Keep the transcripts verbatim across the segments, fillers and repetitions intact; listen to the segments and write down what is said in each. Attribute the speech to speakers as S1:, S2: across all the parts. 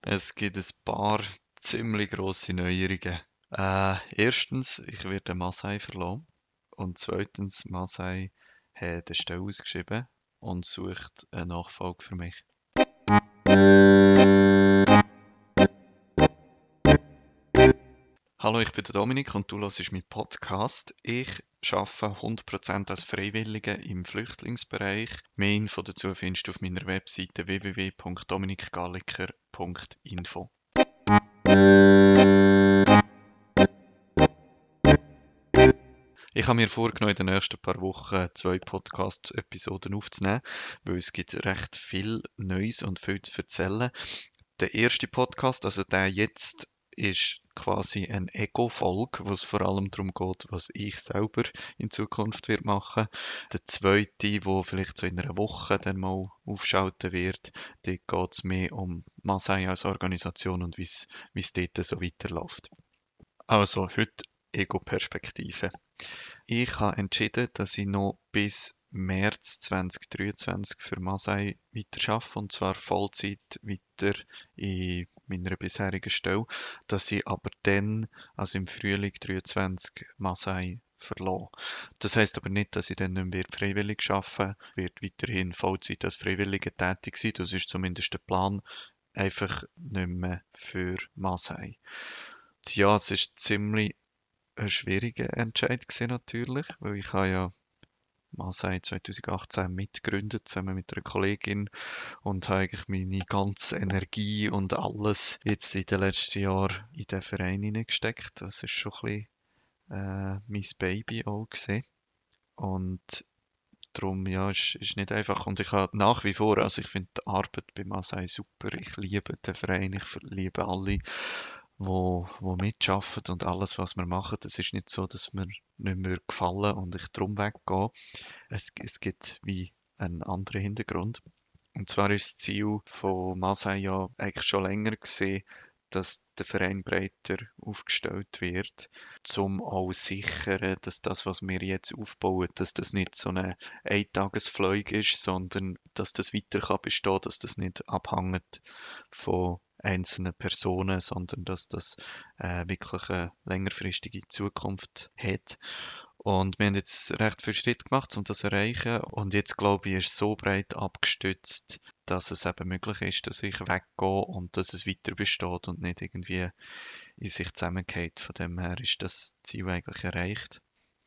S1: Es gibt ein paar ziemlich grosse Neuerungen. Äh, erstens, ich werde Masai verlassen. Und zweitens, Masai hat eine Stelle ausgeschrieben und sucht eine Nachfolge für mich. Hallo, ich bin der Dominik und du hörst meinen Podcast. Ich arbeite hundert Prozent als Freiwillige im Flüchtlingsbereich. Mehr Info dazu findest du auf meiner Webseite w w w punkt dominik galliker punkt info. Ich habe mir vorgenommen, in den nächsten paar Wochen zwei Podcast-Episoden aufzunehmen, weil es gibt recht viel Neues und viel zu erzählen. Der erste Podcast, also der jetzt, ist quasi eine Ego-Folge, wo es vor allem darum geht, was ich selber in Zukunft wird machen. Der zweite, wo vielleicht so in einer Woche dann mal aufschalten wird, dort geht es mehr um Masai als Organisation und wie es wie es dort so weiterläuft. Also, heute Ego-Perspektive. Ich habe entschieden, dass ich noch bis März zwanzig dreiundzwanzig für Masai weiter arbeite, und zwar Vollzeit weiter in meiner bisherigen Stelle, dass ich aber dann, also im Frühling dreiundzwanzig, Masai verlasse. Das heißt aber nicht, dass ich dann nicht mehr freiwillig arbeiten werde, werde weiterhin Vollzeit als Freiwilliger tätig sein. Das ist zumindest der Plan, einfach nicht mehr für Masai. Ja, es ist ziemlich ein schwieriger Entscheid gewesen natürlich, weil ich habe ja Masai zwanzig achtzehn mitgegründet, zusammen mit einer Kollegin, und habe eigentlich meine ganze Energie und alles jetzt in den letzten Jahren in den Verein hineingesteckt. Das ist schon ein bisschen äh, mein Baby auch gewesen. Und darum, ja, ist, ist nicht einfach. Und ich habe nach wie vor, also ich finde die Arbeit bei Masai super. Ich liebe den Verein, ich liebe alle, wo, wo mitarbeiten und alles, was wir machen. Es ist nicht so, dass mir nicht mehr gefallen und ich drum weggehe. Es, es gibt wie einen anderen Hintergrund. Und zwar ist das Ziel von Masai ja eigentlich schon länger gesehen, dass der Verein breiter aufgestellt wird, um auch sichern, dass das, was wir jetzt aufbauen, dass das nicht so eine Eintagesfliege ist, sondern dass das weiter kann bestehen, dass das nicht abhängt von einzelnen Personen, sondern dass das äh, wirklich eine längerfristige Zukunft hat. Und wir haben jetzt recht viel Schritt gemacht, um das zu erreichen. Und jetzt, glaube ich, ist es so breit abgestützt, dass es eben möglich ist, dass ich weggehe und dass es weiter besteht und nicht irgendwie in sich zusammengeht. Von dem her ist das Ziel eigentlich erreicht.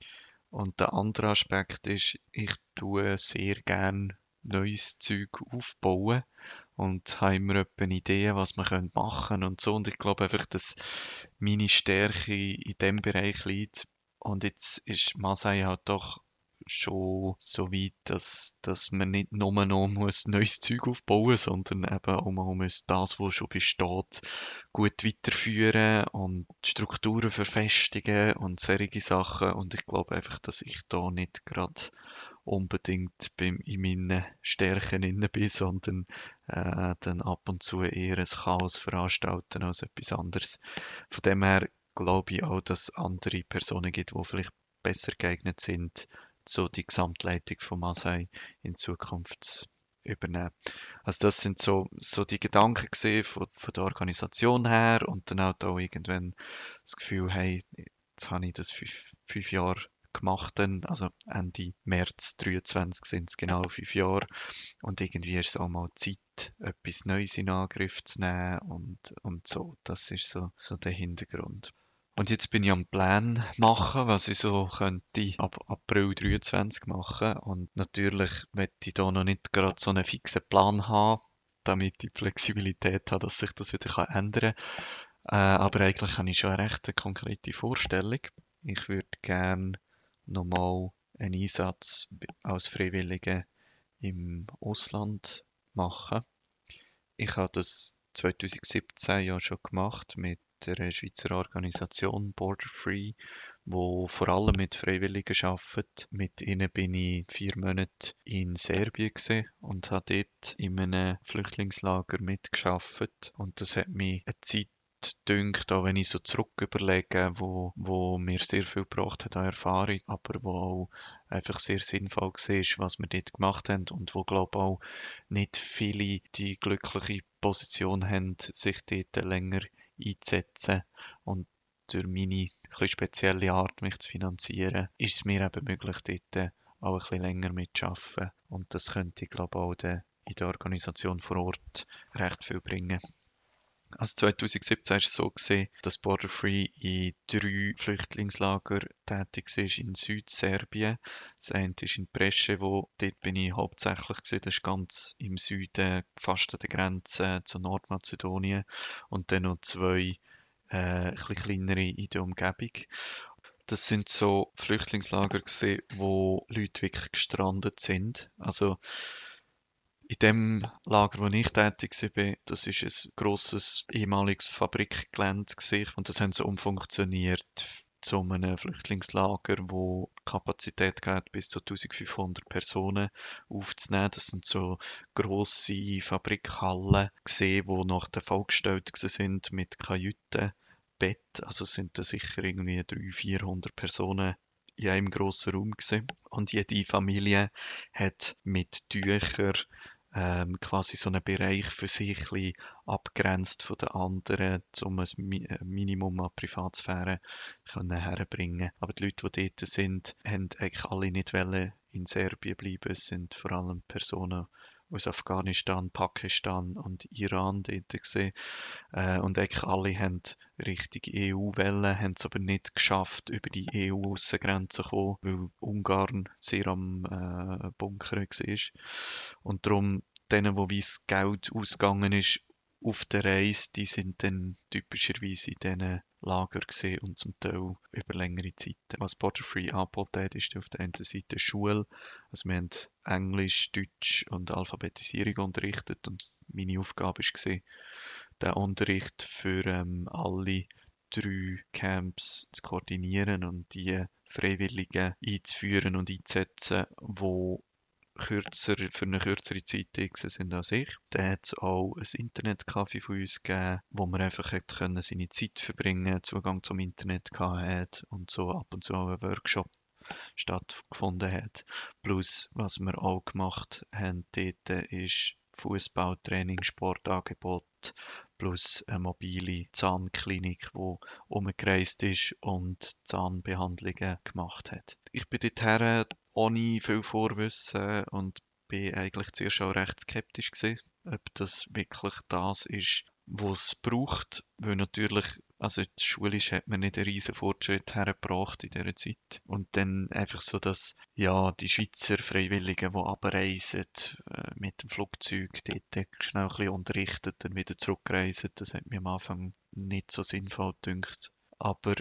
S1: Und der andere Aspekt ist, ich tue sehr gern neues Zeug aufbauen und habe immer etwa Ideen, was man machen könnte und so. Und ich glaube einfach, dass meine Stärke in dem Bereich liegt. Und jetzt ist Masai halt doch schon so weit, dass, dass man nicht nur noch muss neues Zeug aufbauen muss, sondern eben auch mal muss das, was schon besteht, gut weiterführen und Strukturen verfestigen und solche Sachen. Und ich glaube einfach, dass ich da nicht gerade unbedingt beim, in meinen Stärken inne bin, sondern äh, dann ab und zu eher ein Chaos veranstalten als etwas anderes. Von dem her glaube ich auch, dass es andere Personen gibt, die vielleicht besser geeignet sind, so die Gesamtleitung von Masai in Zukunft zu übernehmen. Also das sind so, so die Gedanken gesehen von, von der Organisation her, und dann halt auch irgendwann das Gefühl, hey, jetzt habe ich das fünf, fünf Jahre gemacht, dann, also Ende März dreiundzwanzig sind es genau fünf Jahre, und irgendwie ist es auch mal Zeit, etwas Neues in Angriff zu nehmen, und, und so. Das ist so, so der Hintergrund. Und jetzt bin ich am Plan machen, was ich so könnte ab April dreiundzwanzig machen. Und natürlich möchte ich da noch nicht gerade so einen fixen Plan haben, damit ich die Flexibilität habe, dass sich das wieder kann ändern kann. Äh, aber eigentlich habe ich schon eine recht konkrete Vorstellung. Ich würde gerne nochmal einen Einsatz als Freiwillige im Ausland machen. Ich habe das zwanzig siebzehn ja schon gemacht mit der Schweizer Organisation Border Free, wo vor allem mit Freiwilligen arbeitet. Mit ihnen bin ich vier Monate in Serbien gewesen und habe dort in einem Flüchtlingslager mitgeschafft. Und das hat mich eine Zeit dünkt, auch wenn ich so zurück überlege, wo, wo mir sehr viel gebracht hat an Erfahrung, aber wo auch einfach sehr sinnvoll war, was wir dort gemacht haben und wo, glaube ich, auch nicht viele die glückliche Position haben, sich dort länger einzusetzen. Und durch meine etwas spezielle Art, mich zu finanzieren, ist es mir eben möglich, dort auch ein bisschen länger mitzuarbeiten. Und das könnte ich, glaube ich, auch der, in der Organisation vor Ort recht viel bringen. Also zwanzig siebzehn war es so gewesen, dass Border Free in drei Flüchtlingslager tätig war in Südserbien. Das eine ist in Preševo, dort bin ich hauptsächlich gewesen, das ist ganz im Süden, fast an der Grenze zu Nordmazedonien. Und dann noch zwei äh, ein bisschen kleinere in der Umgebung. Das sind so Flüchtlingslager gewesen, wo Leute wirklich gestrandet sind. Also in dem Lager, wo ich tätig war, das ist ein grosses ehemaliges Fabrikgelände gewesen, und das haben sie umfunktioniert zu einem Flüchtlingslager, wo Kapazität hat, bis zu eintausendfünfhundert Personen aufzunehmen. Das sind so grosse Fabrikhallen gesehen, wo nach der vollgestellt sind mit Kajüten, Bett. Also es sind da sicher irgendwie dreihundert, vierhundert Personen in einem grossen Raum gewesen. Und jede Familie hat mit Tüchern ähm, quasi so einen Bereich für sich ein bisschen abgrenzt von den anderen, um ein Mi äh, Minimum an Privatsphäre können herbringen. Aber die Leute, die dort sind, haben eigentlich alle nicht wollen in Serbien bleiben. Es sind vor allem Personen aus Afghanistan, Pakistan und Iran dort gewesen. Äh, und eigentlich alle haben Richtung E U wollen, haben es aber nicht geschafft, über die E U-Aussengrenze zu kommen, weil Ungarn sehr am äh, Bunkern war. Und darum, denen, wo wie das Geld ausgegangen ist auf der Reise, die sind dann typischerweise in diesen Lager gesehen und zum Teil über längere Zeit. Was Border Free angeboten hat, ist auf der einen Seite Schule. Also wir haben Englisch, Deutsch und Alphabetisierung unterrichtet und meine Aufgabe war, den Unterricht für ähm, alle drei Camps zu koordinieren und die Freiwilligen einzuführen und einzusetzen, die kürzer, für eine kürzere Zeit da sind als ich. Dann hat es auch ein Internetcafé von uns gegeben, wo man einfach hat können seine Zeit verbringen, Zugang zum Internet hat und so ab und zu auch ein Workshop stattgefunden hat. Plus, was wir auch gemacht haben dort, ist Fußballtraining, Sportangebot plus eine mobile Zahnklinik, die umgereist ist und Zahnbehandlungen gemacht hat. Ich bin dorthin ohne viel Vorwissen und bin eigentlich zuerst auch recht skeptisch gewesen, ob das wirklich das ist, was es braucht, weil natürlich, also schulisch hat man nicht einen riesen Fortschritt hergebracht in dieser Zeit. Und dann einfach so, dass ja, die Schweizer Freiwilligen, die abreisen, äh, mit dem Flugzeug dort schnell ein bisschen unterrichtet, dann wieder zurückreisen, das hat mir am Anfang nicht so sinnvoll gedünkt. Aber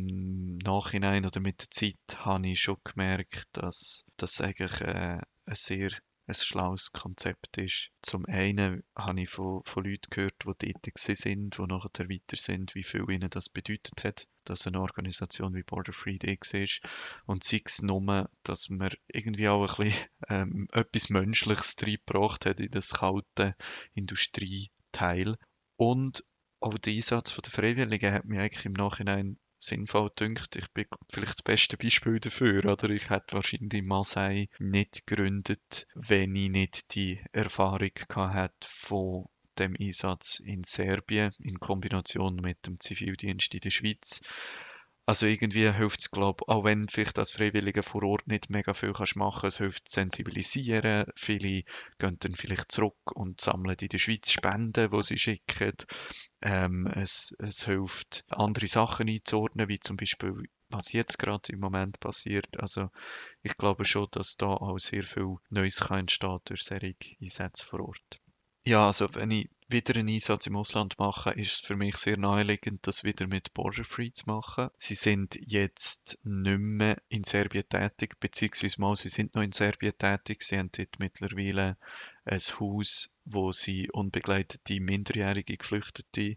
S1: im Nachhinein oder mit der Zeit habe ich schon gemerkt, dass das eigentlich äh, ein sehr ein schlaues Konzept ist. Zum einen habe ich von, von Leuten gehört, die dort gewesen sind, die nachher weiter sind, wie viel ihnen das bedeutet hat, dass eine Organisation wie Border Free da war. Und sei es nur, dass man irgendwie auch ein bisschen ähm, etwas Menschliches reingebracht hat in das kalte Industrieteil. Und auch der Einsatz der Freiwilligen hat mir eigentlich im Nachhinein sinnvoll gedünkt. Ich bin vielleicht das beste Beispiel dafür, oder? Ich hätte wahrscheinlich Masai nicht gegründet, wenn ich nicht die Erfahrung gehabt hätte von dem Einsatz in Serbien in Kombination mit dem Zivildienst in der Schweiz. Also irgendwie hilft es, glaube ich, auch wenn vielleicht als Freiwilliger vor Ort nicht mega viel kannst machen, es hilft zu sensibilisieren. Viele gehen dann vielleicht zurück und sammeln in der Schweiz Spenden, die sie schicken. Ähm, es, es hilft, andere Sachen einzuordnen, wie zum Beispiel, was jetzt gerade im Moment passiert. Also ich glaube schon, dass da auch sehr viel Neues kann entstehen durch solche Einsätze vor Ort. Ja, also wenn ich wieder einen Einsatz im Ausland mache, ist es für mich sehr naheliegend, das wieder mit Border Free zu machen. Sie sind jetzt nicht mehr in Serbien tätig, beziehungsweise mal, sie sind noch in Serbien tätig. Sie haben dort mittlerweile ein Haus, wo sie unbegleitete minderjährige Geflüchtete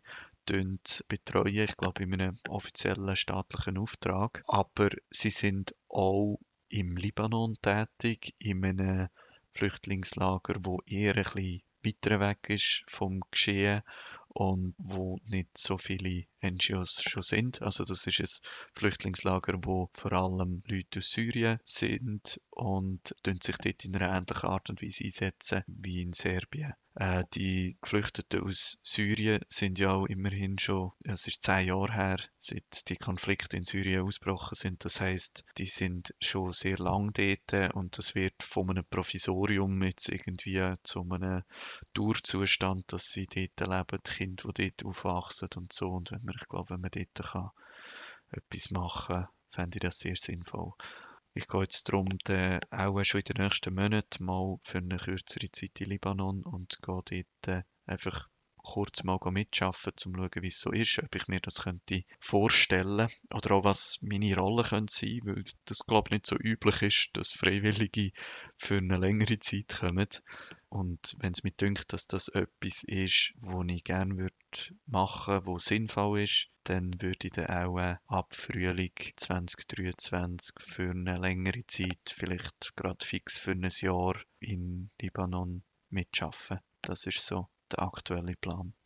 S1: betreuen, ich glaube in einem offiziellen staatlichen Auftrag. Aber sie sind auch im Libanon tätig, in einem Flüchtlingslager, wo eher ein bisschen weiter weg ist vom Geschehen und wo nicht so viele N G Os schon sind. Also das ist ein Flüchtlingslager, wo vor allem Leute aus Syrien sind und tun sich dort in einer ähnlichen Art und Weise einsetzen wie in Serbien. Äh, die Geflüchteten aus Syrien sind ja auch immerhin schon, ja, es ist zehn Jahre her, seit die Konflikte in Syrien ausgebrochen sind. Das heißt, die sind schon sehr lang dort und das wird von einem Provisorium jetzt irgendwie zu einem Dauerzustand, dass sie dort leben, die Kinder, die dort aufwachsen und so. Und wenn man, ich glaube, wenn man dort kann etwas machen kann, fände ich das sehr sinnvoll. Ich gehe jetzt darum dann auch schon in den nächsten Monaten mal für eine kürzere Zeit in Libanon und gehe dort äh, einfach kurz mal mitarbeiten, um zu schauen, wie es so ist, ob ich mir das könnte vorstellen oder auch was meine Rolle könnte sein, weil das glaube ich nicht so üblich ist, dass Freiwillige für eine längere Zeit kommen. Und wenn es mir dünkt, dass das etwas ist, wo ich gerne würde machen, wo sinnvoll ist, dann würde ich dann auch äh, ab Frühling zwanzig dreiundzwanzig für eine längere Zeit, vielleicht gerade fix für ein Jahr in Libanon mitschaffen. Das ist so der aktuelle Plan.